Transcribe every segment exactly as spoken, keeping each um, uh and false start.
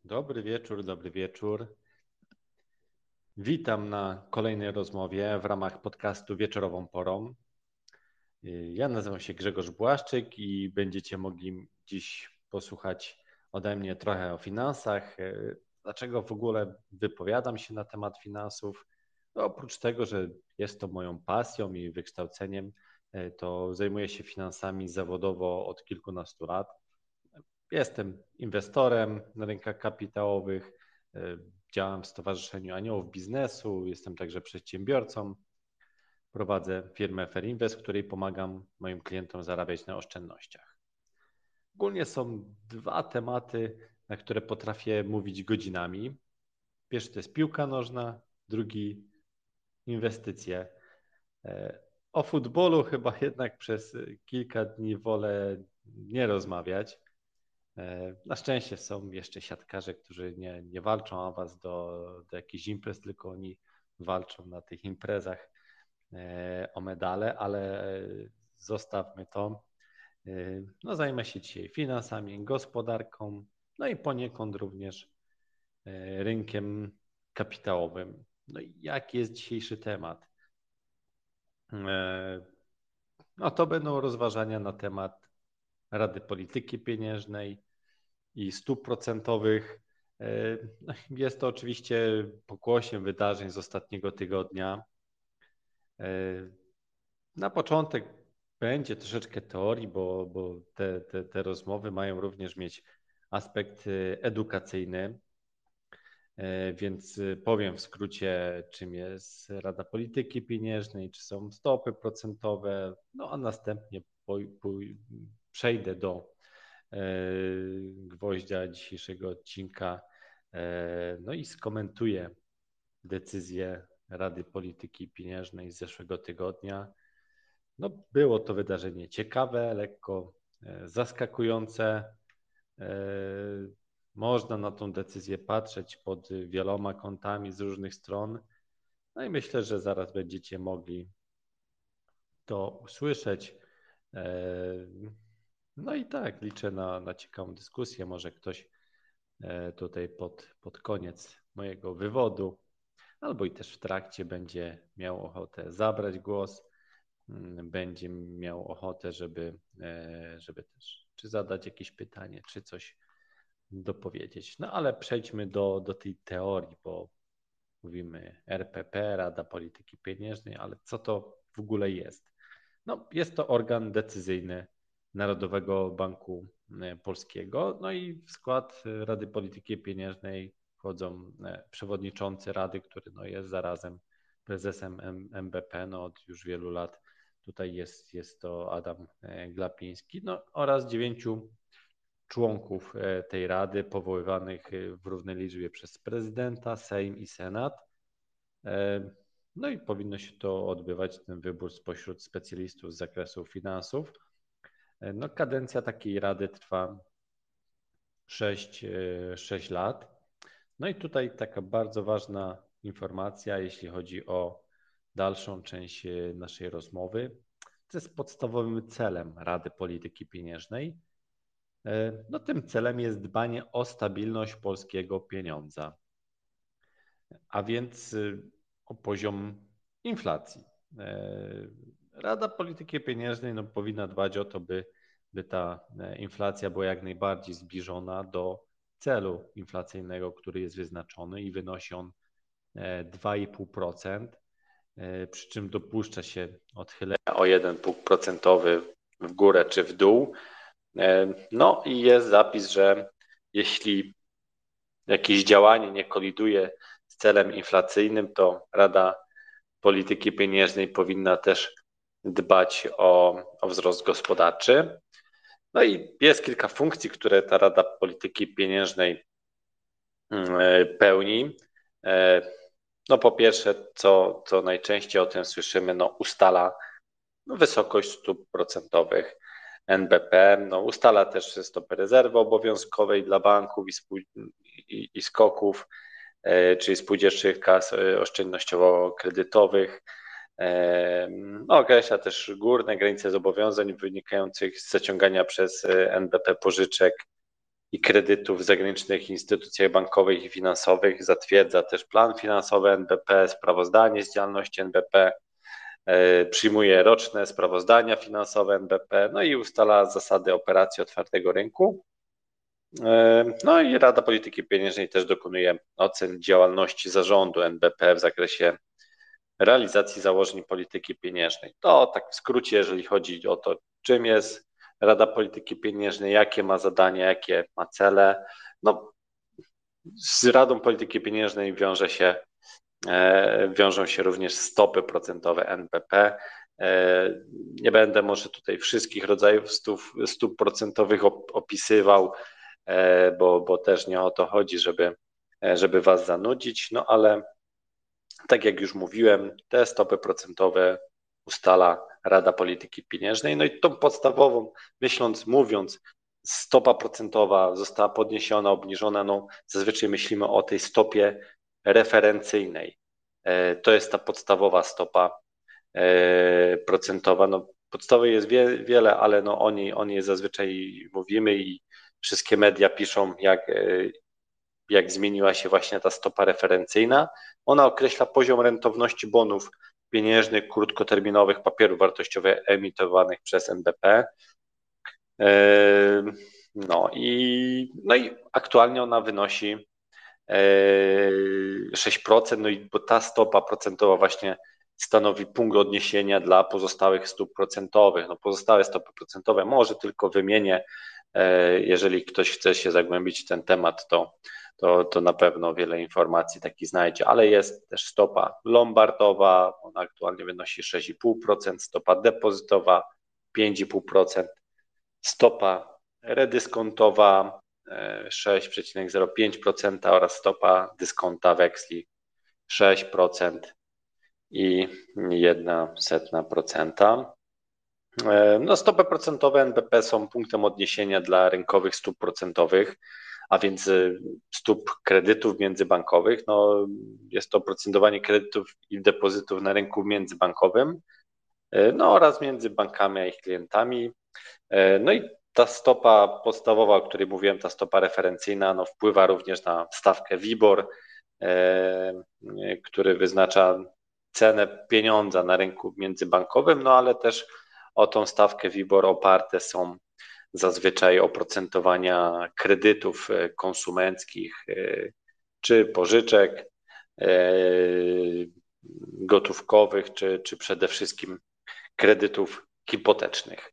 Dobry wieczór, dobry wieczór. Witam na kolejnej rozmowie w ramach podcastu Wieczorową Porą. Ja nazywam się Grzegorz Błaszczyk i będziecie mogli dziś posłuchać ode mnie trochę o finansach. Dlaczego w ogóle wypowiadam się na temat finansów? No, oprócz tego, że jest to moją pasją i wykształceniem, to zajmuję się finansami zawodowo od kilkunastu lat. Jestem inwestorem na rynkach kapitałowych, działam w Stowarzyszeniu Aniołów Biznesu, jestem także przedsiębiorcą. Prowadzę firmę Ferinvest, w której pomagam moim klientom zarabiać na oszczędnościach. Ogólnie są dwa tematy, na które potrafię mówić godzinami. Pierwszy to jest piłka nożna, drugi inwestycje. O futbolu chyba jednak przez kilka dni wolę nie rozmawiać. Na szczęście są jeszcze siatkarze, którzy nie, nie walczą o was do, do jakichś imprez, tylko oni walczą na tych imprezach o medale, ale zostawmy to. No, zajmę się dzisiaj finansami, gospodarką, no i poniekąd również rynkiem kapitałowym. No i jaki jest dzisiejszy temat? No to będą rozważania na temat Rady Polityki Pieniężnej i stóp procentowych. No, jest to oczywiście pokłosiem wydarzeń z ostatniego tygodnia. Na początek będzie troszeczkę teorii, bo, bo te, te, te rozmowy mają również mieć aspekt edukacyjny, więc powiem w skrócie, czym jest Rada Polityki Pieniężnej, czy są stopy procentowe, no a następnie po, po, przejdę do gwoździa dzisiejszego odcinka, no i skomentuję decyzję Rady Polityki Pieniężnej z zeszłego tygodnia. No, było to wydarzenie ciekawe, lekko zaskakujące. Można na tą decyzję patrzeć pod wieloma kątami z różnych stron. No i myślę, że zaraz będziecie mogli to usłyszeć. No i tak, liczę na, na ciekawą dyskusję. Może ktoś tutaj pod, pod koniec mojego wywodu, albo i też w trakcie będzie miał ochotę zabrać głos, będzie miał ochotę, żeby, żeby też czy zadać jakieś pytanie, czy coś dopowiedzieć. No ale przejdźmy do, do tej teorii, bo mówimy R P P, Rada Polityki Pieniężnej, ale co to w ogóle jest? No, jest to organ decyzyjny Narodowego Banku Polskiego, no i w skład Rady Polityki Pieniężnej wchodzą przewodniczący Rady, który no jest zarazem prezesem M B P no od już wielu lat. Tutaj jest, jest to Adam Glapiński, no oraz dziewięciu członków tej Rady powoływanych w równej liczbie przez prezydenta, Sejm i Senat. No i powinno się to odbywać, ten wybór spośród specjalistów z zakresu finansów. No, kadencja takiej rady trwa sześć, sześć lat. No i tutaj taka bardzo ważna informacja, jeśli chodzi o dalszą część naszej rozmowy. To jest podstawowym celem Rady Polityki Pieniężnej. No, tym celem jest dbanie o stabilność polskiego pieniądza, a więc o poziom inflacji. Rada Polityki Pieniężnej no, powinna dbać o to, by, by ta inflacja była jak najbardziej zbliżona do celu inflacyjnego, który jest wyznaczony i wynosi on dwa i pół procent, przy czym dopuszcza się odchylenia o jeden punkt procentowy w górę czy w dół. No i jest zapis, że jeśli jakieś działanie nie koliduje z celem inflacyjnym, to Rada Polityki Pieniężnej powinna też dbać o, o wzrost gospodarczy. No i jest kilka funkcji, które ta Rada Polityki Pieniężnej pełni. No po pierwsze, co, co najczęściej o tym słyszymy, no ustala wysokość stóp procentowych N B P, no ustala też stopy rezerwy obowiązkowej dla banków i, spół, i, i skoków, czyli spółdzielczych kas oszczędnościowo-kredytowych. No, określa też górne granice zobowiązań wynikających z zaciągania przez N B P pożyczek i kredytów w zagranicznych instytucjach bankowych i finansowych, zatwierdza też plan finansowy N B P, sprawozdanie z działalności N B P, przyjmuje roczne sprawozdania finansowe N B P, no i ustala zasady operacji otwartego rynku. No i Rada Polityki Pieniężnej też dokonuje ocen działalności zarządu N B P w zakresie realizacji założeń polityki pieniężnej. To tak w skrócie, jeżeli chodzi o to, czym jest Rada Polityki Pieniężnej, jakie ma zadania, jakie ma cele. No, z Radą Polityki Pieniężnej wiąże się, wiążą się również stopy procentowe N B P. Nie będę może tutaj wszystkich rodzajów stóp, stóp procentowych opisywał, bo, bo też nie o to chodzi, żeby, żeby Was zanudzić, no ale tak jak już mówiłem, te stopy procentowe ustala Rada Polityki Pieniężnej. No i tą podstawową, myśląc, mówiąc, stopa procentowa została podniesiona, obniżona, no zazwyczaj myślimy o tej stopie referencyjnej. To jest ta podstawowa stopa procentowa. No, podstawowej jest wie, wiele, ale no o niej, o niej zazwyczaj mówimy i wszystkie media piszą, jak, jak zmieniła się właśnie ta stopa referencyjna. Ona określa poziom rentowności bonów pieniężnych, krótkoterminowych papierów wartościowych emitowanych przez N B P. No i, no i aktualnie ona wynosi sześć procent, no i bo ta stopa procentowa właśnie stanowi punkt odniesienia dla pozostałych stóp procentowych. No pozostałe stopy procentowe może tylko wymienię, jeżeli ktoś chce się zagłębić w ten temat, to, to, to na pewno wiele informacji takich znajdzie, ale jest też stopa lombardowa, ona aktualnie wynosi sześć i pół procent, stopa depozytowa pięć i pół procent, stopa redyskontowa sześć przecinek zero pięć procent oraz stopa dyskonta weksli sześć procent i jedna setna procenta. No, stopy procentowe N B P są punktem odniesienia dla rynkowych stóp procentowych, a więc stóp kredytów międzybankowych. No, jest to oprocentowanie kredytów i depozytów na rynku międzybankowym, no oraz między bankami a ich klientami. No i ta stopa podstawowa, o której mówiłem, ta stopa referencyjna, no, wpływa również na stawkę WIBOR, który wyznacza cenę pieniądza na rynku międzybankowym, no ale też o tą stawkę WIBOR oparte są zazwyczaj oprocentowania kredytów konsumenckich czy pożyczek gotówkowych, czy, czy przede wszystkim kredytów hipotecznych.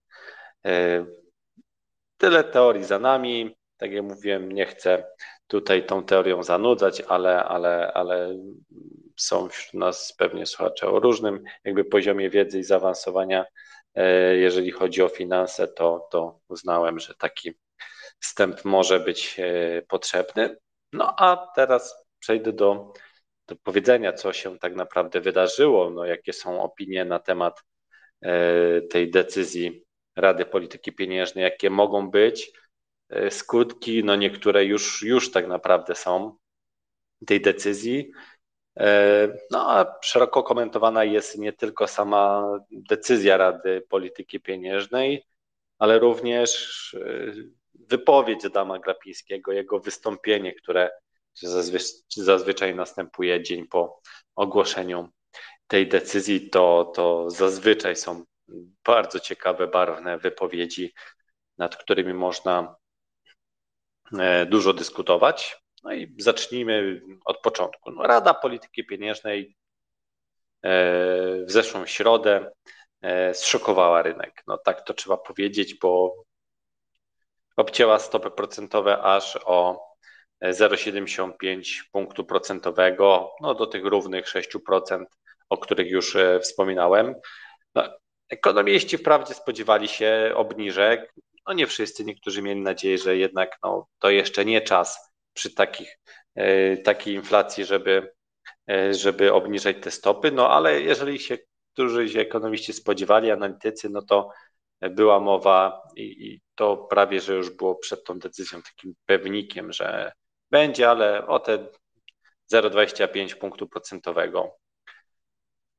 Tyle teorii za nami. Tak jak mówiłem, nie chcę tutaj tą teorią zanudzać, ale, ale, ale są wśród nas pewnie słuchacze o różnym jakby poziomie wiedzy i zaawansowania. Jeżeli chodzi o finanse, to, to uznałem, że taki wstęp może być potrzebny. No a teraz przejdę do, do powiedzenia, co się tak naprawdę wydarzyło, no, jakie są opinie na temat tej decyzji Rady Polityki Pieniężnej, jakie mogą być skutki, no niektóre już, już tak naprawdę są tej decyzji. No a szeroko komentowana jest nie tylko sama decyzja Rady Polityki Pieniężnej, ale również wypowiedź Adama Glapińskiego, jego wystąpienie, które zazwyczaj, zazwyczaj następuje dzień po ogłoszeniu tej decyzji. To, to zazwyczaj są bardzo ciekawe, barwne wypowiedzi, nad którymi można dużo dyskutować. No i zacznijmy od początku. No, Rada Polityki Pieniężnej w zeszłą środę zszokowała rynek. No tak to trzeba powiedzieć, bo obcięła stopy procentowe aż o zero przecinek siedemdziesiąt pięć punktu procentowego, no do tych równych sześć procent, o których już wspominałem. No, ekonomiści wprawdzie spodziewali się obniżek, no nie wszyscy, niektórzy mieli nadzieję, że jednak no, to jeszcze nie czas przy takich, takiej inflacji, żeby, żeby obniżać te stopy, no ale jeżeli się którzy się ekonomiści spodziewali, analitycy, no to była mowa i, i to prawie, że już było przed tą decyzją takim pewnikiem, że będzie, ale o te zero przecinek dwadzieścia pięć punktu procentowego.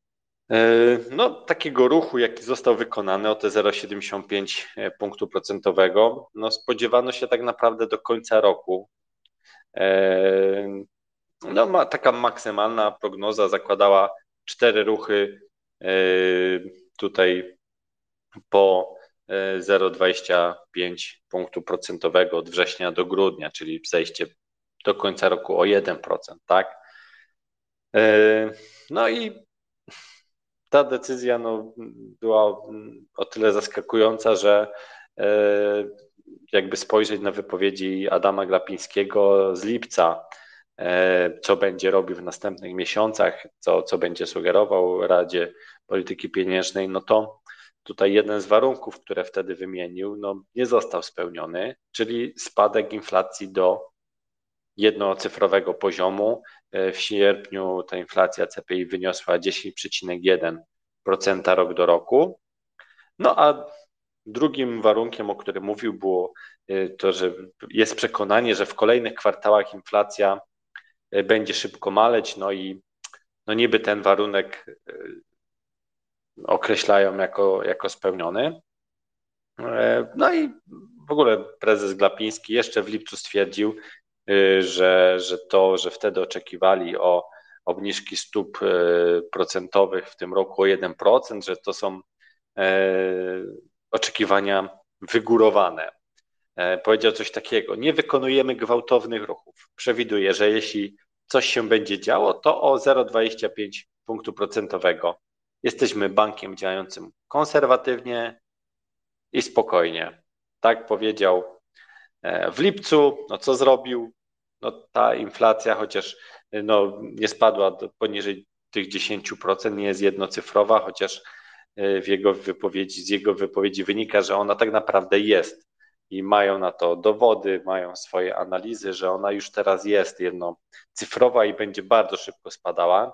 No, takiego ruchu, jaki został wykonany o te zero przecinek siedemdziesiąt pięć punktu procentowego, no spodziewano się tak naprawdę do końca roku. No, ma, taka maksymalna prognoza zakładała cztery ruchy tutaj po zero przecinek dwadzieścia pięć punktu procentowego od września do grudnia, czyli zejście do końca roku o jeden procent, tak? No i ta decyzja no, była o tyle zaskakująca, że jakby spojrzeć na wypowiedzi Adama Glapińskiego z lipca, co będzie robił w następnych miesiącach, co, co będzie sugerował Radzie Polityki Pieniężnej, no to tutaj jeden z warunków, które wtedy wymienił, no nie został spełniony, czyli spadek inflacji do jednocyfrowego poziomu. W sierpniu ta inflacja C P I wyniosła dziesięć przecinek jeden procent rok do roku. No a drugim warunkiem, o którym mówił, było to, że jest przekonanie, że w kolejnych kwartałach inflacja będzie szybko maleć, no i no niby ten warunek określają jako, jako spełniony. No i w ogóle prezes Glapiński jeszcze w lipcu stwierdził, że, że to, że wtedy oczekiwali o obniżki stóp procentowych w tym roku o jeden procent, że to są oczekiwania wygórowane. Powiedział coś takiego: nie wykonujemy gwałtownych ruchów. Przewiduję, że jeśli coś się będzie działo, to o zero przecinek dwadzieścia pięć punktu procentowego. Jesteśmy bankiem działającym konserwatywnie i spokojnie. Tak powiedział w lipcu. No co zrobił? No ta inflacja, chociaż no, nie spadła do poniżej tych dziesięć procent, nie jest jednocyfrowa, chociaż w jego wypowiedzi, z jego wypowiedzi wynika, że ona tak naprawdę jest i mają na to dowody, mają swoje analizy, że ona już teraz jest jednocyfrowa i będzie bardzo szybko spadała.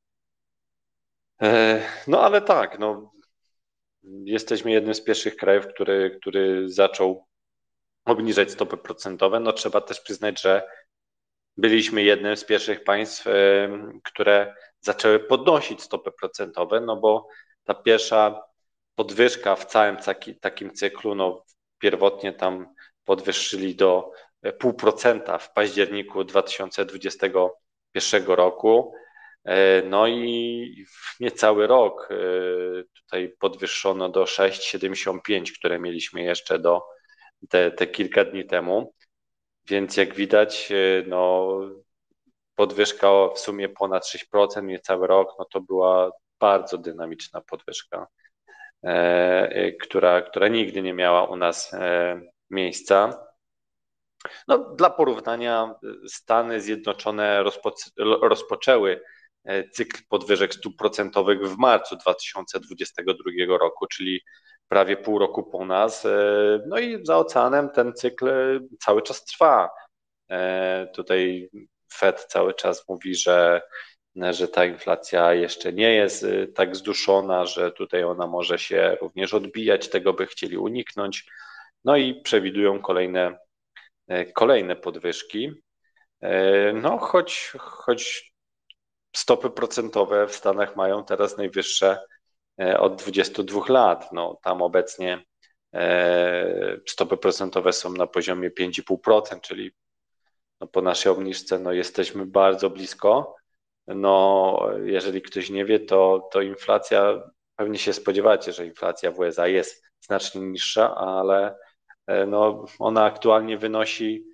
No ale tak, no, jesteśmy jednym z pierwszych krajów, który, który zaczął obniżać stopy procentowe. No trzeba też przyznać, że byliśmy jednym z pierwszych państw, które zaczęły podnosić stopy procentowe, no bo ta pierwsza podwyżka w całym takim cyklu, no pierwotnie tam podwyższyli do pół procenta w październiku dwa tysiące dwudziestego pierwszego roku. No i w niecały rok tutaj podwyższono do sześć przecinek siedemdziesiąt pięć, które mieliśmy jeszcze do te, te kilka dni temu. Więc jak widać, no podwyżka w sumie ponad sześć procent, niecały rok, no to była bardzo dynamiczna podwyżka, która, która nigdy nie miała u nas miejsca. No, dla porównania Stany Zjednoczone rozpo, rozpoczęły cykl podwyżek stóp procentowych w marcu dwa tysiące dwudziestego drugiego roku, czyli prawie pół roku po nas. No i za oceanem ten cykl cały czas trwa. Tutaj Fed cały czas mówi, że, że ta inflacja jeszcze nie jest tak zduszona, że tutaj ona może się również odbijać, tego by chcieli uniknąć. No i przewidują kolejne, kolejne podwyżki. No choć, choć stopy procentowe w Stanach mają teraz najwyższe od dwudziestu dwóch lat. No, tam obecnie stopy procentowe są na poziomie pięć przecinek pięć procent, czyli no po naszej obniżce no jesteśmy bardzo blisko. No, jeżeli ktoś nie wie, to, to inflacja, pewnie się spodziewacie, że inflacja w U S A jest znacznie niższa, ale no, ona aktualnie wynosi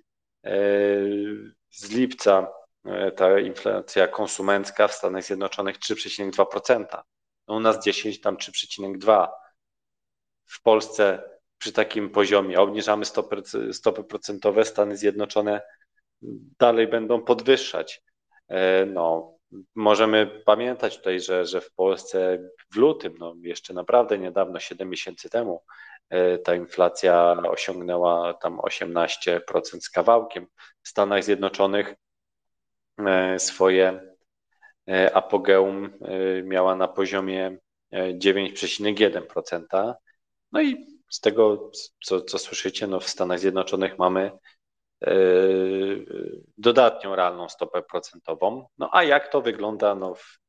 z lipca, ta inflacja konsumencka w Stanach Zjednoczonych trzy przecinek dwa procent. No u nas dziesięć, tam trzy przecinek dwa procent. W Polsce przy takim poziomie obniżamy stopy, stopy procentowe, Stany Zjednoczone dalej będą podwyższać. No, możemy pamiętać tutaj, że, że w Polsce w lutym, no jeszcze naprawdę niedawno, siedem miesięcy temu, ta inflacja osiągnęła tam osiemnaście procent z kawałkiem. W Stanach Zjednoczonych swoje apogeum miała na poziomie dziewięć przecinek jeden procent. No i z tego, co, co słyszycie, no w Stanach Zjednoczonych mamy dodatnią realną stopę procentową. No a jak to wygląda no w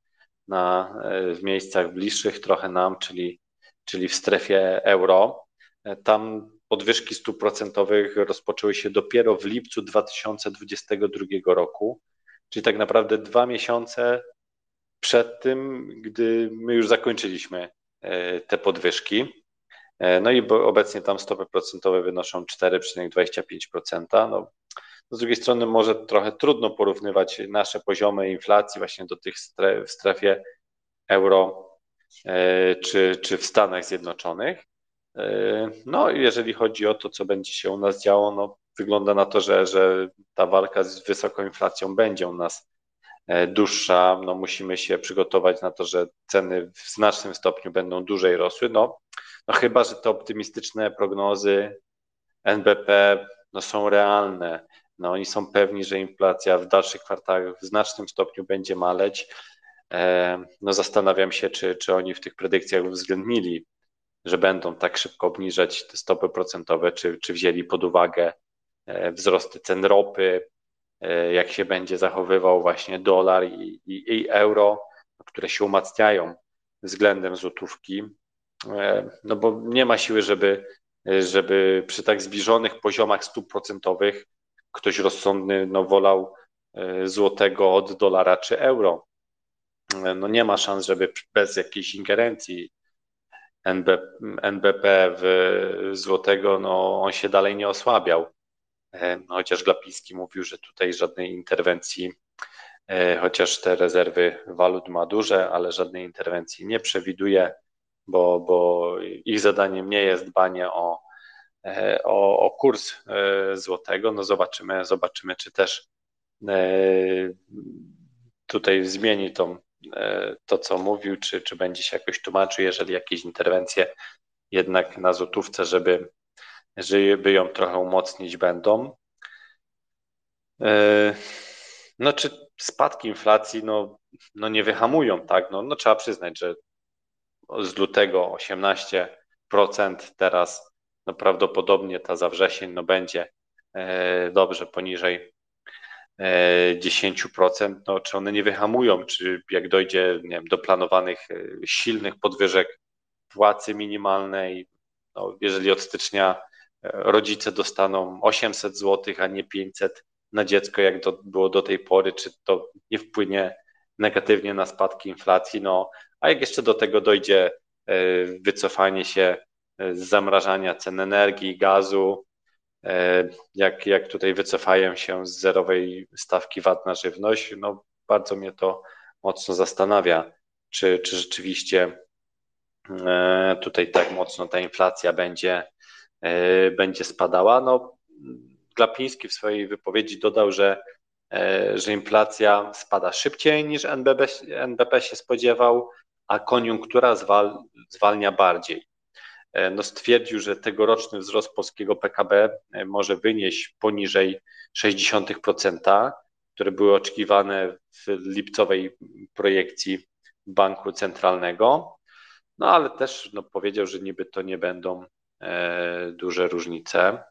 na, w miejscach bliższych trochę nam, czyli, czyli w strefie euro. Tam podwyżki stóp procentowych rozpoczęły się dopiero w lipcu dwa tysiące dwudziestego drugiego roku, czyli tak naprawdę dwa miesiące przed tym, gdy my już zakończyliśmy te podwyżki. No i obecnie tam stopy procentowe wynoszą cztery przecinek dwadzieścia pięć procent. No, z drugiej strony może trochę trudno porównywać nasze poziomy inflacji właśnie do tych w strefie euro czy, czy w Stanach Zjednoczonych. No jeżeli chodzi o to, co będzie się u nas działo, no wygląda na to, że, że ta walka z wysoką inflacją będzie u nas dłuższa. No musimy się przygotować na to, że ceny w znacznym stopniu będą dłużej rosły. No, no chyba, że te optymistyczne prognozy N B P no, są realne. No, oni są pewni, że inflacja w dalszych kwartałach w znacznym stopniu będzie maleć. No, zastanawiam się, czy, czy oni w tych predykcjach uwzględnili, że będą tak szybko obniżać te stopy procentowe, czy, czy wzięli pod uwagę wzrosty cen ropy, jak się będzie zachowywał właśnie dolar i, i, i euro, które się umacniają względem złotówki. No bo nie ma siły, żeby, żeby przy tak zbliżonych poziomach stóp procentowych ktoś rozsądny no, wolał złotego od dolara czy euro. No nie ma szans, żeby bez jakiejś ingerencji N B P w złotego, no on się dalej nie osłabiał. No, chociaż Glapiński mówił, że tutaj żadnej interwencji, chociaż te rezerwy walut ma duże, ale żadnej interwencji nie przewiduje, bo, bo ich zadaniem nie jest dbanie o, o, o kurs złotego. No zobaczymy, zobaczymy, czy też tutaj zmieni to, to co mówił, czy, czy będzie się jakoś tłumaczył, jeżeli jakieś interwencje jednak na złotówce, żeby, żeby ją trochę umocnić będą. No czy spadki inflacji no, no nie wyhamują, tak? No, no trzeba przyznać, że z lutego osiemnaście procent, teraz no prawdopodobnie ta za wrzesień no będzie dobrze poniżej dziesięć procent. No, czy one nie wyhamują, czy jak dojdzie nie wiem, do planowanych silnych podwyżek płacy minimalnej, no, jeżeli od stycznia rodzice dostaną osiemset złotych, a nie pięćset na dziecko, jak to było do tej pory, czy to nie wpłynie negatywnie na spadki inflacji, no a jak jeszcze do tego dojdzie wycofanie się z zamrażania cen energii, gazu, jak, jak tutaj wycofają się z zerowej stawki V A T na żywność, no bardzo mnie to mocno zastanawia, czy, czy rzeczywiście tutaj tak mocno ta inflacja będzie, będzie spadała. No, Glapiński w swojej wypowiedzi dodał, że, że inflacja spada szybciej niż N B P, N B P się spodziewał, a koniunktura zwal, zwalnia bardziej. No, stwierdził, że tegoroczny wzrost polskiego P K B może wynieść poniżej sześćdziesiąt procent, które były oczekiwane w lipcowej projekcji Banku Centralnego. No ale też no, powiedział, że niby to nie będą e, duże różnice.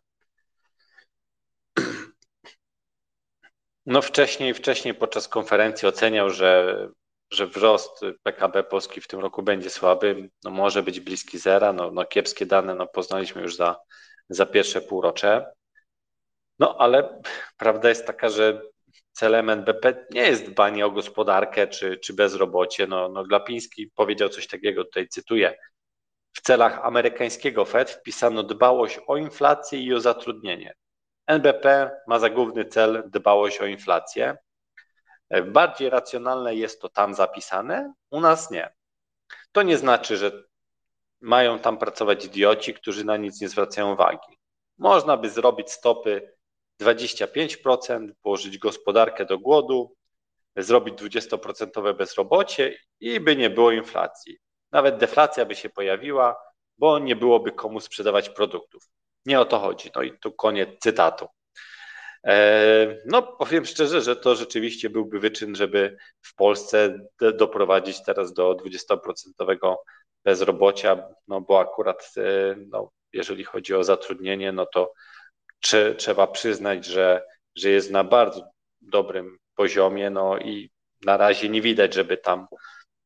No wcześniej, wcześniej podczas konferencji oceniał, że, że wzrost P K B Polski w tym roku będzie słaby, no może być bliski zera, no, no kiepskie dane no, poznaliśmy już za, za pierwsze półrocze. No ale prawda jest taka, że celem N B P nie jest dbanie o gospodarkę czy, czy bezrobocie. No, no Glapiński powiedział coś takiego, tutaj cytuję: w celach amerykańskiego Fed wpisano dbałość o inflację i o zatrudnienie. N B P ma za główny cel dbałość o inflację. Bardziej racjonalne jest to tam zapisane, u nas nie. To nie znaczy, że mają tam pracować idioci, którzy na nic nie zwracają uwagi. Można by zrobić stopy dwadzieścia pięć procent, położyć gospodarkę do głodu, zrobić dwudziestoprocentowe bezrobocie i by nie było inflacji. Nawet deflacja by się pojawiła, bo nie byłoby komu sprzedawać produktów. Nie o to chodzi. No i tu koniec cytatu. No powiem szczerze, że to rzeczywiście byłby wyczyn, żeby w Polsce doprowadzić teraz do dwudziestoprocentowego bezrobocia, no bo akurat no, jeżeli chodzi o zatrudnienie, no to trze, trzeba przyznać, że, że jest na bardzo dobrym poziomie, no i na razie nie widać, żeby tam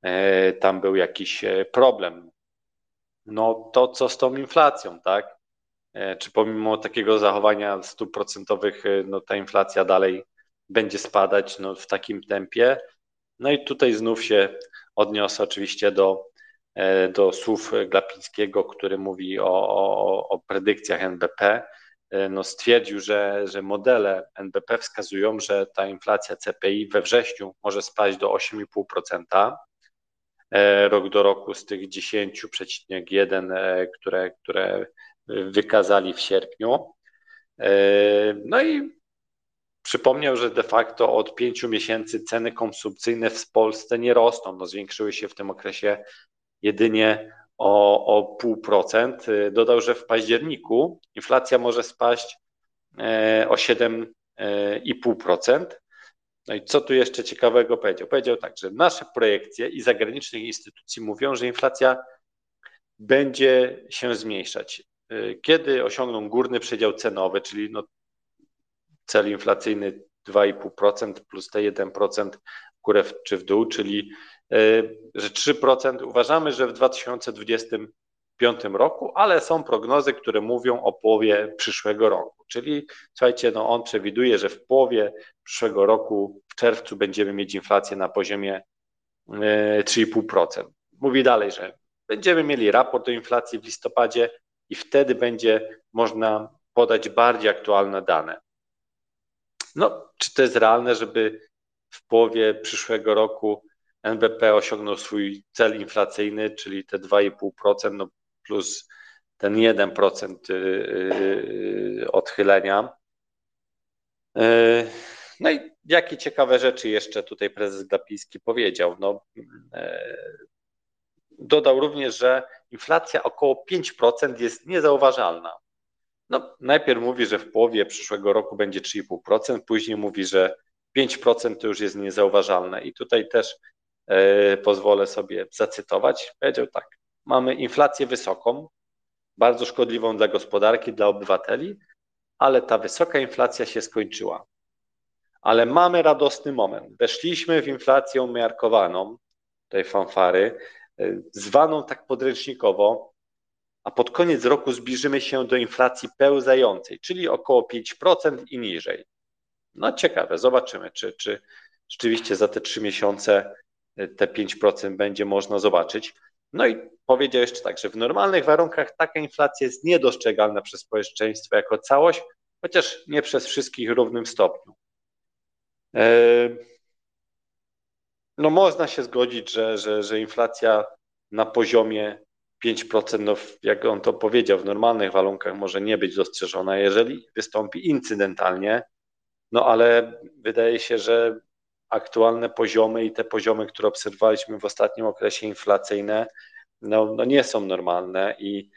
tam był jakiś problem. No to co z tą inflacją, tak? Czy pomimo takiego zachowania stóp procentowych, no ta inflacja dalej będzie spadać no, w takim tempie? No i tutaj znów się odniosę oczywiście do, do słów Glapińskiego, który mówi o, o, o predykcjach N B P. No stwierdził, że, że modele N B P wskazują, że ta inflacja C P I we wrześniu może spaść do osiem i pół procent rok do roku z tych dziesięć przecinek jeden, które, które wykazali w sierpniu. No i przypomniał, że de facto od pięciu miesięcy ceny konsumpcyjne w Polsce nie rosną. No, zwiększyły się w tym okresie jedynie o, o pół procent. Dodał, że w październiku inflacja może spaść o siedem i pół procent. No i co tu jeszcze ciekawego powiedział? Powiedział tak, że nasze projekcje i zagranicznych instytucji mówią, że inflacja będzie się zmniejszać. Kiedy osiągną górny przedział cenowy, czyli no cel inflacyjny dwa i pół procent plus te jeden procent w górę czy w dół, czyli że trzy procent uważamy, że w dwa tysiące dwudziestym piątym roku, ale są prognozy, które mówią o połowie przyszłego roku. Czyli słuchajcie, no on przewiduje, że w połowie przyszłego roku, w czerwcu będziemy mieć inflację na poziomie trzy i pół procent. Mówi dalej, że będziemy mieli raport o inflacji w listopadzie i wtedy będzie można podać bardziej aktualne dane. No, czy to jest realne, żeby w połowie przyszłego roku N B P osiągnął swój cel inflacyjny, czyli te dwa i pół procent no plus ten jeden procent odchylenia. No i jakie ciekawe rzeczy jeszcze tutaj prezes Glapiński powiedział. No, dodał również, że inflacja około pięć procent jest niezauważalna. No, najpierw mówi, że w połowie przyszłego roku będzie trzy i pół procent, później mówi, że pięć procent to już jest niezauważalne. I tutaj też e, pozwolę sobie zacytować. Powiedział tak, mamy inflację wysoką, bardzo szkodliwą dla gospodarki, dla obywateli, ale ta wysoka inflacja się skończyła. Ale mamy radosny moment. Weszliśmy w inflację umiarkowaną, tej fanfary, e, zwaną tak podręcznikowo, a pod koniec roku zbliżymy się do inflacji pełzającej, czyli około pięć procent i niżej. No ciekawe, zobaczymy, czy, czy rzeczywiście za te trzy miesiące te pięć procent będzie można zobaczyć. No i powiedział jeszcze tak, że w normalnych warunkach taka inflacja jest niedostrzegalna przez społeczeństwo jako całość, chociaż nie przez wszystkich w równym stopniu. No można się zgodzić, że, że, że inflacja na poziomie pięć procent, no jak on to powiedział, w normalnych warunkach może nie być dostrzeżona, jeżeli wystąpi incydentalnie, no ale wydaje się, że aktualne poziomy i te poziomy, które obserwowaliśmy w ostatnim okresie inflacyjne, no, no nie są normalne i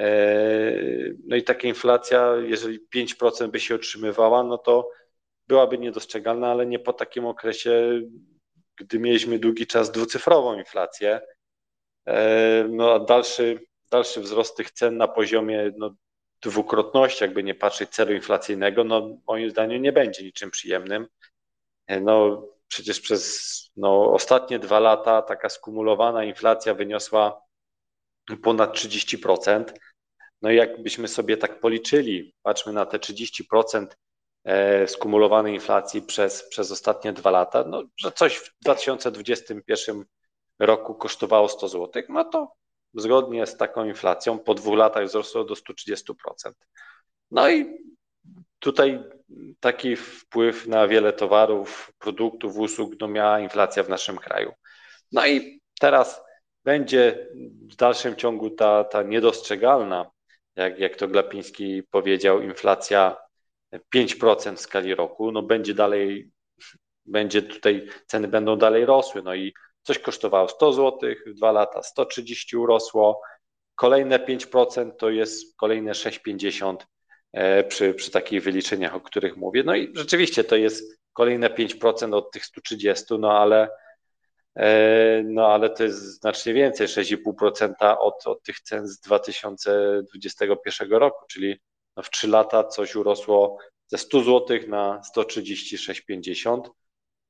no i taka inflacja, jeżeli pięć procent by się utrzymywała, no to byłaby niedostrzegalna, ale nie po takim okresie, gdy mieliśmy długi czas dwucyfrową inflację. No a dalszy, dalszy wzrost tych cen na poziomie no, dwukrotności, jakby nie patrzeć celu inflacyjnego, no moim zdaniem nie będzie niczym przyjemnym. No przecież przez no, ostatnie dwa lata taka skumulowana inflacja wyniosła ponad trzydzieści procent. No i jakbyśmy sobie tak policzyli, patrzmy na te trzydzieści procent skumulowanej inflacji przez, przez ostatnie dwa lata, no, że coś w dwa tysiące dwudziestym pierwszym roku kosztowało sto złotych, no to zgodnie z taką inflacją po dwóch latach wzrosło do stu trzydziestu procent. No i tutaj taki wpływ na wiele towarów, produktów, usług no miała inflacja w naszym kraju. No i teraz będzie w dalszym ciągu ta, ta niedostrzegalna, jak, jak to Glapiński powiedział, inflacja pięć procent w skali roku, no będzie dalej, będzie tutaj, ceny będą dalej rosły, no i coś kosztowało sto złotych, w dwa lata sto trzydzieści urosło, kolejne pięć procent to jest kolejne sześć pięćdziesiąt przy, przy takich wyliczeniach, o których mówię. No i rzeczywiście to jest kolejne pięć procent od tych stu trzydziestu, no ale no ale to jest znacznie więcej, sześć i pół procent od, od tych cen z dwa tysiące dwudziestego pierwszego roku, czyli no w trzy lata coś urosło ze stu złotych na sto trzydzieści sześć pięćdziesiąt.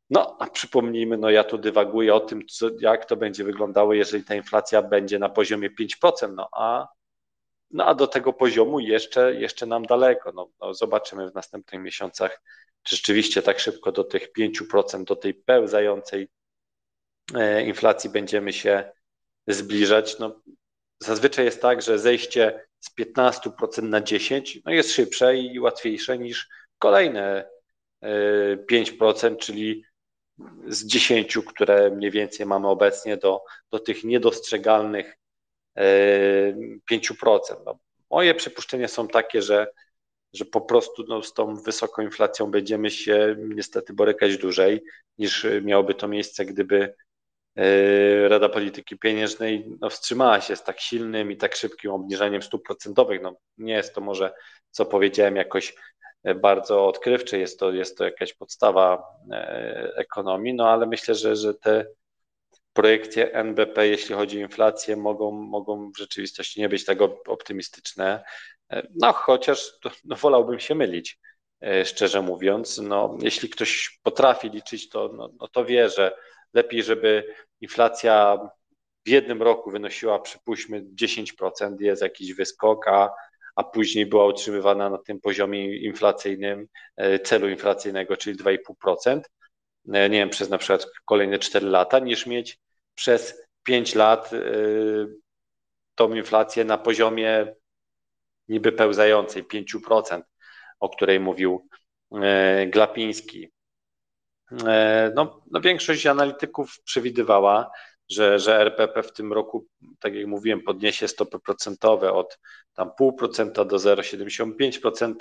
No, a przypomnijmy, no ja tu dywaguję o tym, co, jak to będzie wyglądało, jeżeli ta inflacja będzie na poziomie pięć procent, no a, no a do tego poziomu jeszcze, jeszcze nam daleko. No, no zobaczymy w następnych miesiącach, czy rzeczywiście tak szybko do tych pięć procent, do tej pełzającej inflacji będziemy się zbliżać. No, zazwyczaj jest tak, że zejście z piętnaście procent na dziesięć procent no jest szybsze i łatwiejsze niż kolejne pięć procent, czyli z dziesięciu, które mniej więcej mamy obecnie, do, do tych niedostrzegalnych pięć procent. No, moje przypuszczenia są takie, że, że po prostu no, z tą wysoką inflacją będziemy się niestety borykać dłużej niż miałoby to miejsce, gdyby Rada Polityki Pieniężnej no, wstrzymała się z tak silnym i tak szybkim obniżaniem stóp procentowych. No, nie jest to może, co powiedziałem, jakoś bardzo odkrywcze, jest to, jest to jakaś podstawa ekonomii, no ale myślę, że, że te projekcje N B P, jeśli chodzi o inflację, mogą, mogą w rzeczywistości nie być tak optymistyczne. No chociaż no, wolałbym się mylić, szczerze mówiąc. No, jeśli ktoś potrafi liczyć, to, no, no to wie, że lepiej, żeby inflacja w jednym roku wynosiła, przypuśćmy, dziesięć procent, jest jakiś wyskok, a, a później była utrzymywana na tym poziomie inflacyjnym, celu inflacyjnego, czyli dwa i pół procent, nie wiem, przez na przykład kolejne cztery lata, niż mieć przez pięć lat tą inflację na poziomie niby pełzającej pięć procent, o której mówił Glapiński. No, no większość analityków przewidywała, że, że R P P w tym roku, tak jak mówiłem, podniesie stopy procentowe od tam zero przecinek pięć procent do zero przecinek siedemdziesiąt pięć procent.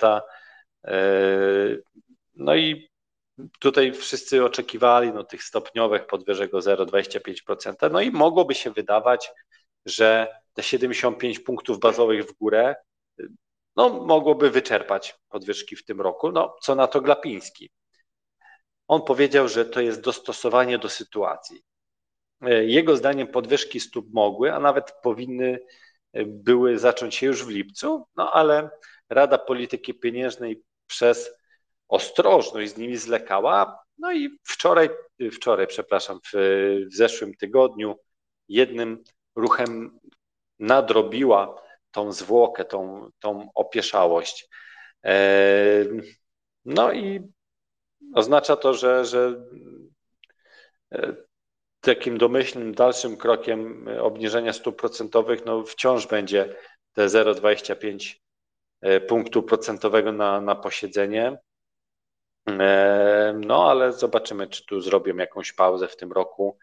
No i tutaj wszyscy oczekiwali no, tych stopniowych podwyżek o zero przecinek dwadzieścia pięć procent. No i mogłoby się wydawać, że te siedemdziesiąt pięć punktów bazowych w górę no, mogłoby wyczerpać podwyżki w tym roku. No, co na to Glapiński? On powiedział, że to jest dostosowanie do sytuacji. Jego zdaniem podwyżki stóp mogły, a nawet powinny były zacząć się już w lipcu, no ale Rada Polityki Pieniężnej przez ostrożność z nimi zwlekała. No i wczoraj, wczoraj, przepraszam, w, w zeszłym tygodniu jednym ruchem nadrobiła tą zwłokę, tą, tą opieszałość. No i oznacza to, że, że takim domyślnym dalszym krokiem obniżenia stóp procentowych no wciąż będzie te zero przecinek dwadzieścia pięć punktu procentowego na, na posiedzenie. No ale zobaczymy, czy tu zrobią jakąś pauzę w tym roku.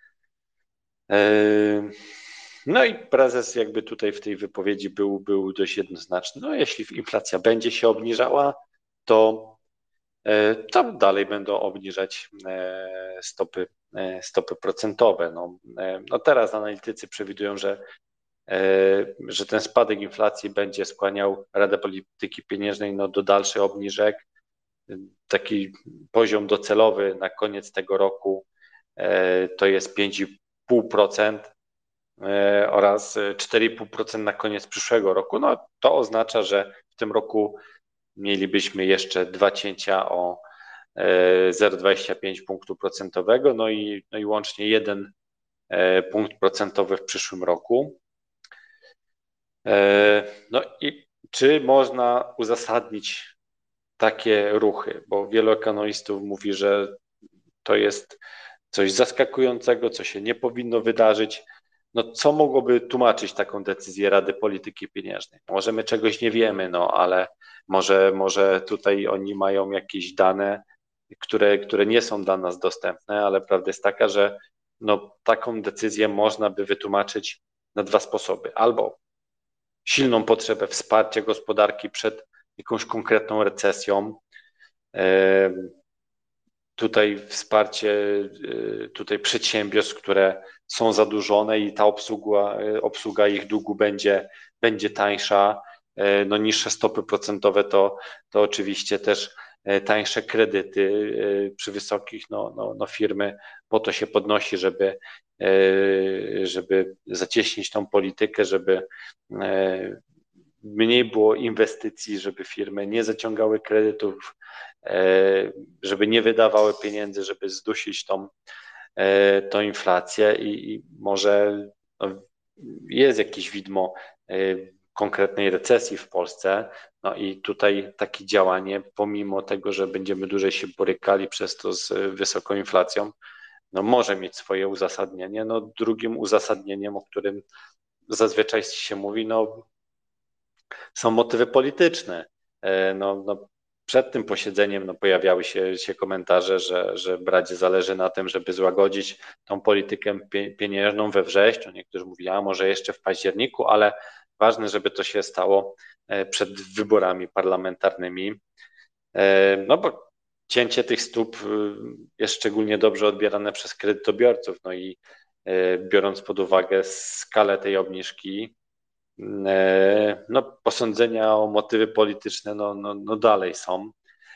No i prezes jakby tutaj w tej wypowiedzi był, był dość jednoznaczny. No jeśli inflacja będzie się obniżała, to, to dalej będą obniżać stopy, stopy procentowe. No, no teraz analitycy przewidują, że, że ten spadek inflacji będzie skłaniał Radę Polityki Pieniężnej no, do dalszych obniżek. Taki poziom docelowy na koniec tego roku to jest pięć i pół procent oraz cztery i pół procent na koniec przyszłego roku. No to oznacza, że w tym roku mielibyśmy jeszcze dwa cięcia o zero przecinek dwadzieścia pięć punktu procentowego, no i, no i łącznie jeden punkt procentowy w przyszłym roku. No i czy można uzasadnić takie ruchy? Bo wielu ekonomistów mówi, że to jest coś zaskakującego, co się nie powinno wydarzyć. No co mogłoby tłumaczyć taką decyzję Rady Polityki Pieniężnej? Może my czegoś nie wiemy, no ale może, może tutaj oni mają jakieś dane, które, które nie są dla nas dostępne, ale prawda jest taka, że no, taką decyzję można by wytłumaczyć na dwa sposoby. Albo silną potrzebę wsparcia gospodarki przed jakąś konkretną recesją, tutaj wsparcie tutaj przedsiębiorstw, które są zadłużone i ta obsługa, obsługa ich długu będzie, będzie tańsza. No niższe stopy procentowe to, to oczywiście też tańsze kredyty przy wysokich, no, no, no firmy po to się podnosi, żeby, żeby zacieśnić tą politykę, żeby mniej było inwestycji, żeby firmy nie zaciągały kredytów, żeby nie wydawały pieniędzy, żeby zdusić tą, tą inflację i, i może no, jest jakieś widmo konkretnej recesji w Polsce. No i tutaj takie działanie, pomimo tego, że będziemy dłużej się borykali przez to z wysoką inflacją, no może mieć swoje uzasadnienie. No drugim uzasadnieniem, o którym zazwyczaj się mówi, no są motywy polityczne. No, no przed tym posiedzeniem no, pojawiały się, się komentarze, że, że Bradzie zależy na tym, żeby złagodzić tą politykę pieniężną we wrześniu. Niektórzy mówili, a może jeszcze w październiku, ale ważne, żeby to się stało przed wyborami parlamentarnymi. No bo cięcie tych stóp jest szczególnie dobrze odbierane przez kredytobiorców. No i biorąc pod uwagę skalę tej obniżki, no posądzenia o motywy polityczne no, no, no dalej są.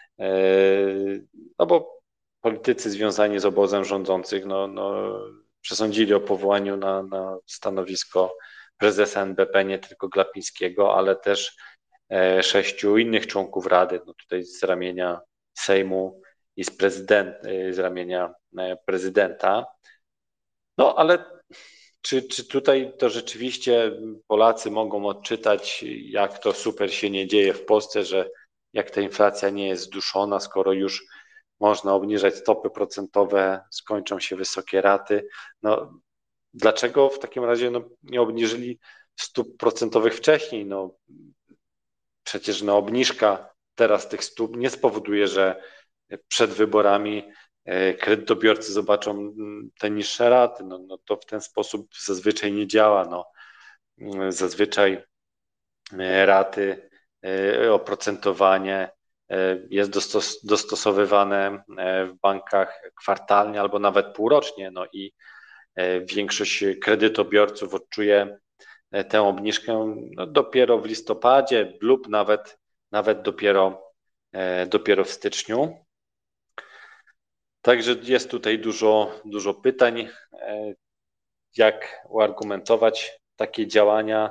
No bo politycy związani z obozem rządzących no, no, przesądzili o powołaniu na, na stanowisko prezesa N B P nie tylko Glapińskiego, ale też sześciu innych członków Rady, no tutaj z ramienia Sejmu i z, prezydent, z ramienia prezydenta. No ale czy, czy tutaj to rzeczywiście Polacy mogą odczytać, jak to super się nie dzieje w Polsce, że jak ta inflacja nie jest zduszona, skoro już można obniżać stopy procentowe, skończą się wysokie raty. No, dlaczego w takim razie no, nie obniżyli stóp procentowych wcześniej? No, przecież no, obniżka teraz tych stóp nie spowoduje, że przed wyborami kredytobiorcy zobaczą te niższe raty. No, no to w ten sposób zazwyczaj nie działa. No, zazwyczaj raty, oprocentowanie jest dostos dostosowywane w bankach kwartalnie albo nawet półrocznie. No i większość kredytobiorców odczuje tę obniżkę no, dopiero w listopadzie lub nawet, nawet dopiero, dopiero w styczniu. Także jest tutaj dużo, dużo pytań, jak uargumentować takie działania.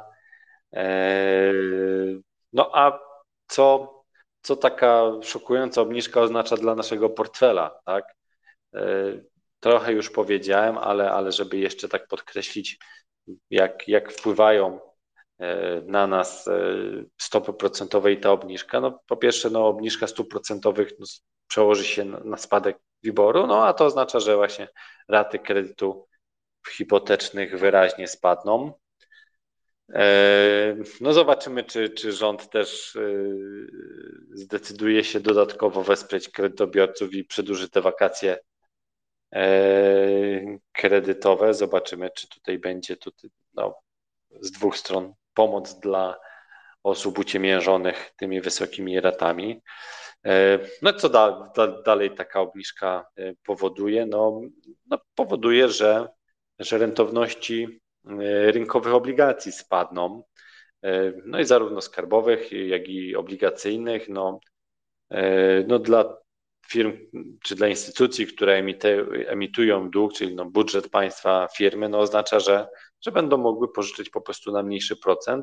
No a co, co taka szokująca obniżka oznacza dla naszego portfela, tak? Trochę już powiedziałem, ale, ale żeby jeszcze tak podkreślić, jak, jak wpływają na nas stopy procentowe i ta obniżka. No, po pierwsze, no, obniżka stóp procentowych no, przełoży się na, na spadek WIBOR-u, no a to oznacza, że właśnie raty kredytu hipotecznych wyraźnie spadną. No zobaczymy, czy, czy rząd też zdecyduje się dodatkowo wesprzeć kredytobiorców i przedłuży te wakacje kredytowe. Zobaczymy, czy tutaj będzie tutaj, no, z dwóch stron pomoc dla osób uciemiężonych tymi wysokimi ratami. No co da, da, dalej taka obniżka powoduje? No, no powoduje, że, że rentowności rynkowych obligacji spadną. No i zarówno skarbowych, jak i obligacyjnych. No, no dla firm czy dla instytucji, które emitują dług, czyli no budżet państwa, firmy, no oznacza, że, że będą mogły pożyczyć po prostu na mniejszy procent.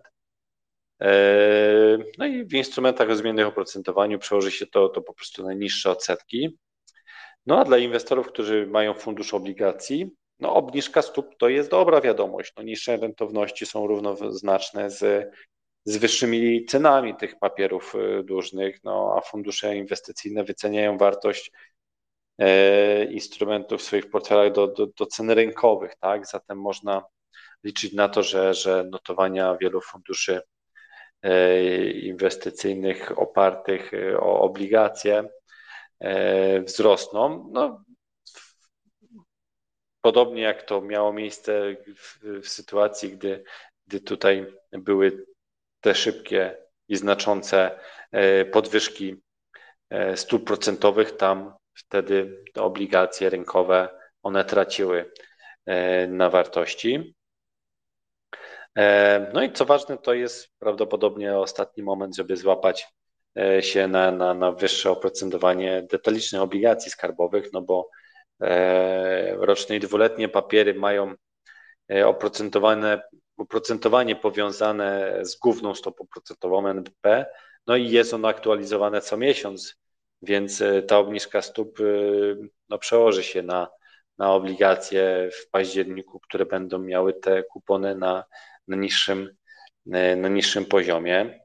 No i w instrumentach o zmiennych oprocentowaniu przełoży się to, to po prostu na niższe odsetki. No a dla inwestorów, którzy mają fundusz obligacji, no obniżka stóp to jest dobra wiadomość. No niższe rentowności są równoznaczne z, z wyższymi cenami tych papierów dłużnych, no a fundusze inwestycyjne wyceniają wartość e, instrumentów w swoich portfelach do, do, do cen rynkowych, tak? Zatem można liczyć na to, że, że notowania wielu funduszy inwestycyjnych opartych o obligacje wzrosną. No, podobnie jak to miało miejsce w, w sytuacji, gdy, gdy tutaj były te szybkie i znaczące podwyżki stóp procentowych, tam wtedy te obligacje rynkowe, one traciły na wartości. No i co ważne, to jest prawdopodobnie ostatni moment, żeby złapać się na, na, na wyższe oprocentowanie detalicznych obligacji skarbowych, no bo roczne i dwuletnie papiery mają oprocentowane oprocentowanie powiązane z główną stopą procentową N B P, no i jest ono aktualizowane co miesiąc, więc ta obniżka stóp no, przełoży się na, na obligacje w październiku, które będą miały te kupony na, na, niższym, na niższym poziomie.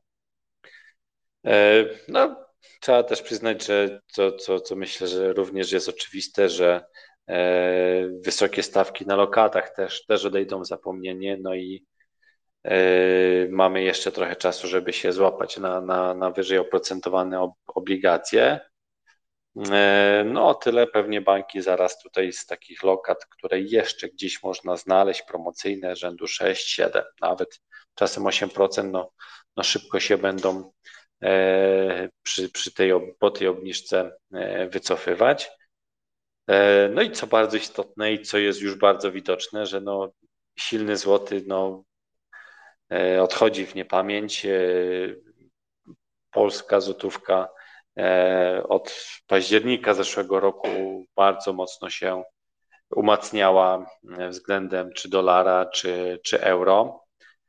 No, trzeba też przyznać, że to, co, co myślę, że również jest oczywiste, że wysokie stawki na lokatach też, też odejdą w zapomnienie, no i mamy jeszcze trochę czasu, żeby się złapać na, na, na wyżej oprocentowane obligacje. No o tyle pewnie banki zaraz tutaj z takich lokat, które jeszcze gdzieś można znaleźć, promocyjne rzędu sześć, siedem, nawet czasem osiem procent, no, no szybko się będą przy, przy tej, po tej obniżce wycofywać. No i co bardzo istotne i co jest już bardzo widoczne, że no silny złoty no, odchodzi w niepamięć. Polska złotówka od października zeszłego roku bardzo mocno się umacniała względem czy dolara, czy, czy euro.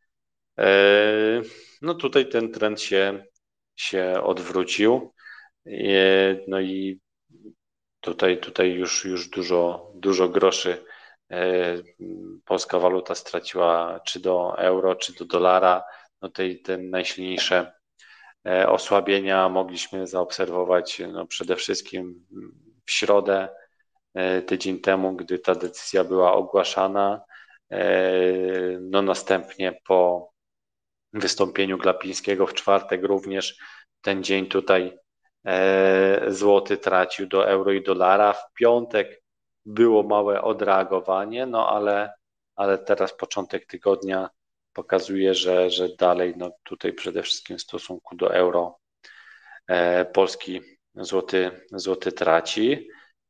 No tutaj ten trend się, się odwrócił. No i tutaj, tutaj już, już dużo, dużo groszy polska waluta straciła czy do euro, czy do dolara. No tej, te najsilniejsze osłabienia mogliśmy zaobserwować no przede wszystkim w środę, tydzień temu, gdy ta decyzja była ogłaszana. No następnie po wystąpieniu Glapińskiego w czwartek również ten dzień tutaj złoty tracił do euro i dolara. W piątek było małe odreagowanie, no ale, ale teraz początek tygodnia pokazuje, że, że dalej no tutaj przede wszystkim w stosunku do euro polski złoty, złoty traci.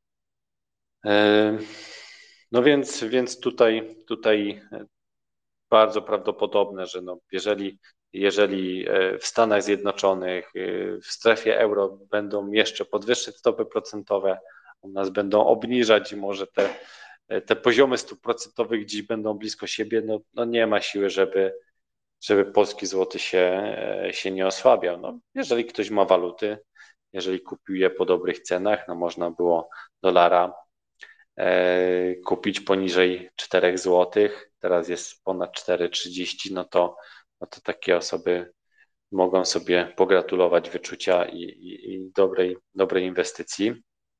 No więc, więc tutaj, tutaj bardzo prawdopodobne, że no jeżeli, jeżeli w Stanach Zjednoczonych, w strefie euro będą jeszcze podwyższyć stopy procentowe, u nas będą obniżać i może te, te poziomy stóp procentowych gdzieś będą blisko siebie, no, no nie ma siły, żeby, żeby polski złoty się, się nie osłabiał. No, jeżeli ktoś ma waluty, jeżeli kupił je po dobrych cenach, no można było dolara kupić poniżej czterech złotych, teraz jest ponad cztery trzydzieści, no to, no to takie osoby mogą sobie pogratulować wyczucia i, i, i dobrej, dobrej inwestycji.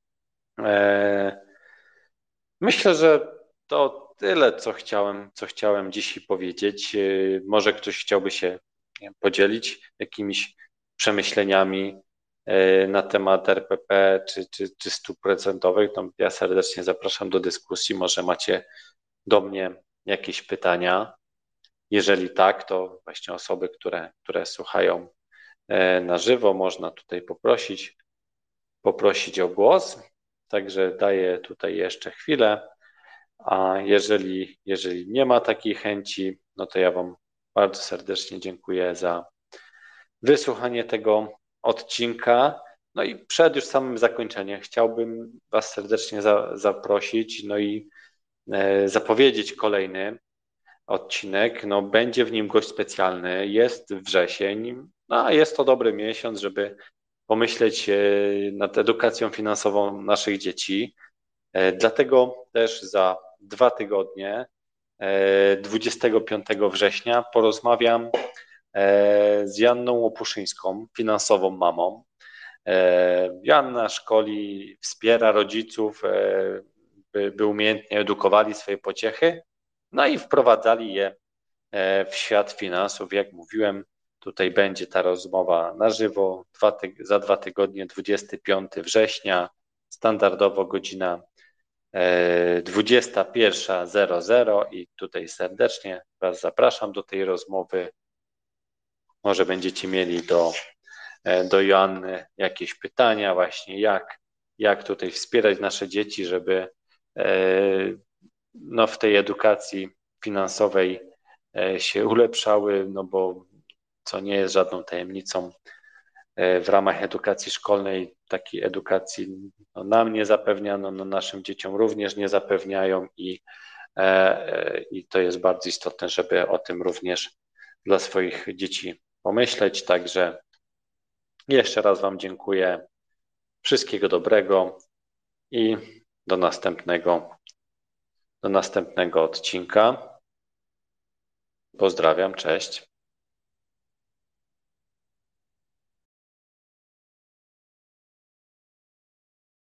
Myślę, że to tyle, co chciałem, co chciałem dzisiaj powiedzieć. Może ktoś chciałby się nie wiem, podzielić jakimiś przemyśleniami na temat R P P czy, czy, czy stóp procentowych, to ja serdecznie zapraszam do dyskusji. Może macie do mnie jakieś pytania. Jeżeli tak, to właśnie osoby, które, które słuchają na żywo, można tutaj poprosić, poprosić o głos. Także daję tutaj jeszcze chwilę. A jeżeli, jeżeli nie ma takiej chęci, no to ja Wam bardzo serdecznie dziękuję za wysłuchanie tego odcinka. No i przed już samym zakończeniem chciałbym Was serdecznie za, zaprosić, no i e, zapowiedzieć kolejny odcinek. No, będzie w nim gość specjalny, jest wrzesień, no a jest to dobry miesiąc, żeby pomyśleć e, nad edukacją finansową naszych dzieci. E, dlatego też za dwa tygodnie, e, dwudziestego piątego września, porozmawiam z Janną Opuszyńską, finansową mamą. Janna szkoli, wspiera rodziców, by, by umiejętnie edukowali swoje pociechy, no i wprowadzali je w świat finansów. Jak mówiłem, tutaj będzie ta rozmowa na żywo dwa tyg- za dwa tygodnie, dwudziestego piątego września, standardowo godzina dwudziesta pierwsza zero zero i tutaj serdecznie Was zapraszam do tej rozmowy. Może będziecie mieli do, do Joanny jakieś pytania właśnie, jak, jak tutaj wspierać nasze dzieci, żeby no, w tej edukacji finansowej się ulepszały, no bo co nie jest żadną tajemnicą, w ramach edukacji szkolnej takiej edukacji no, nam nie zapewniano, no, naszym dzieciom również nie zapewniają i i to jest bardzo istotne, żeby o tym również dla swoich dzieci pomyśleć. Także jeszcze raz Wam dziękuję. Wszystkiego dobrego i do następnego, do następnego odcinka. Pozdrawiam, cześć.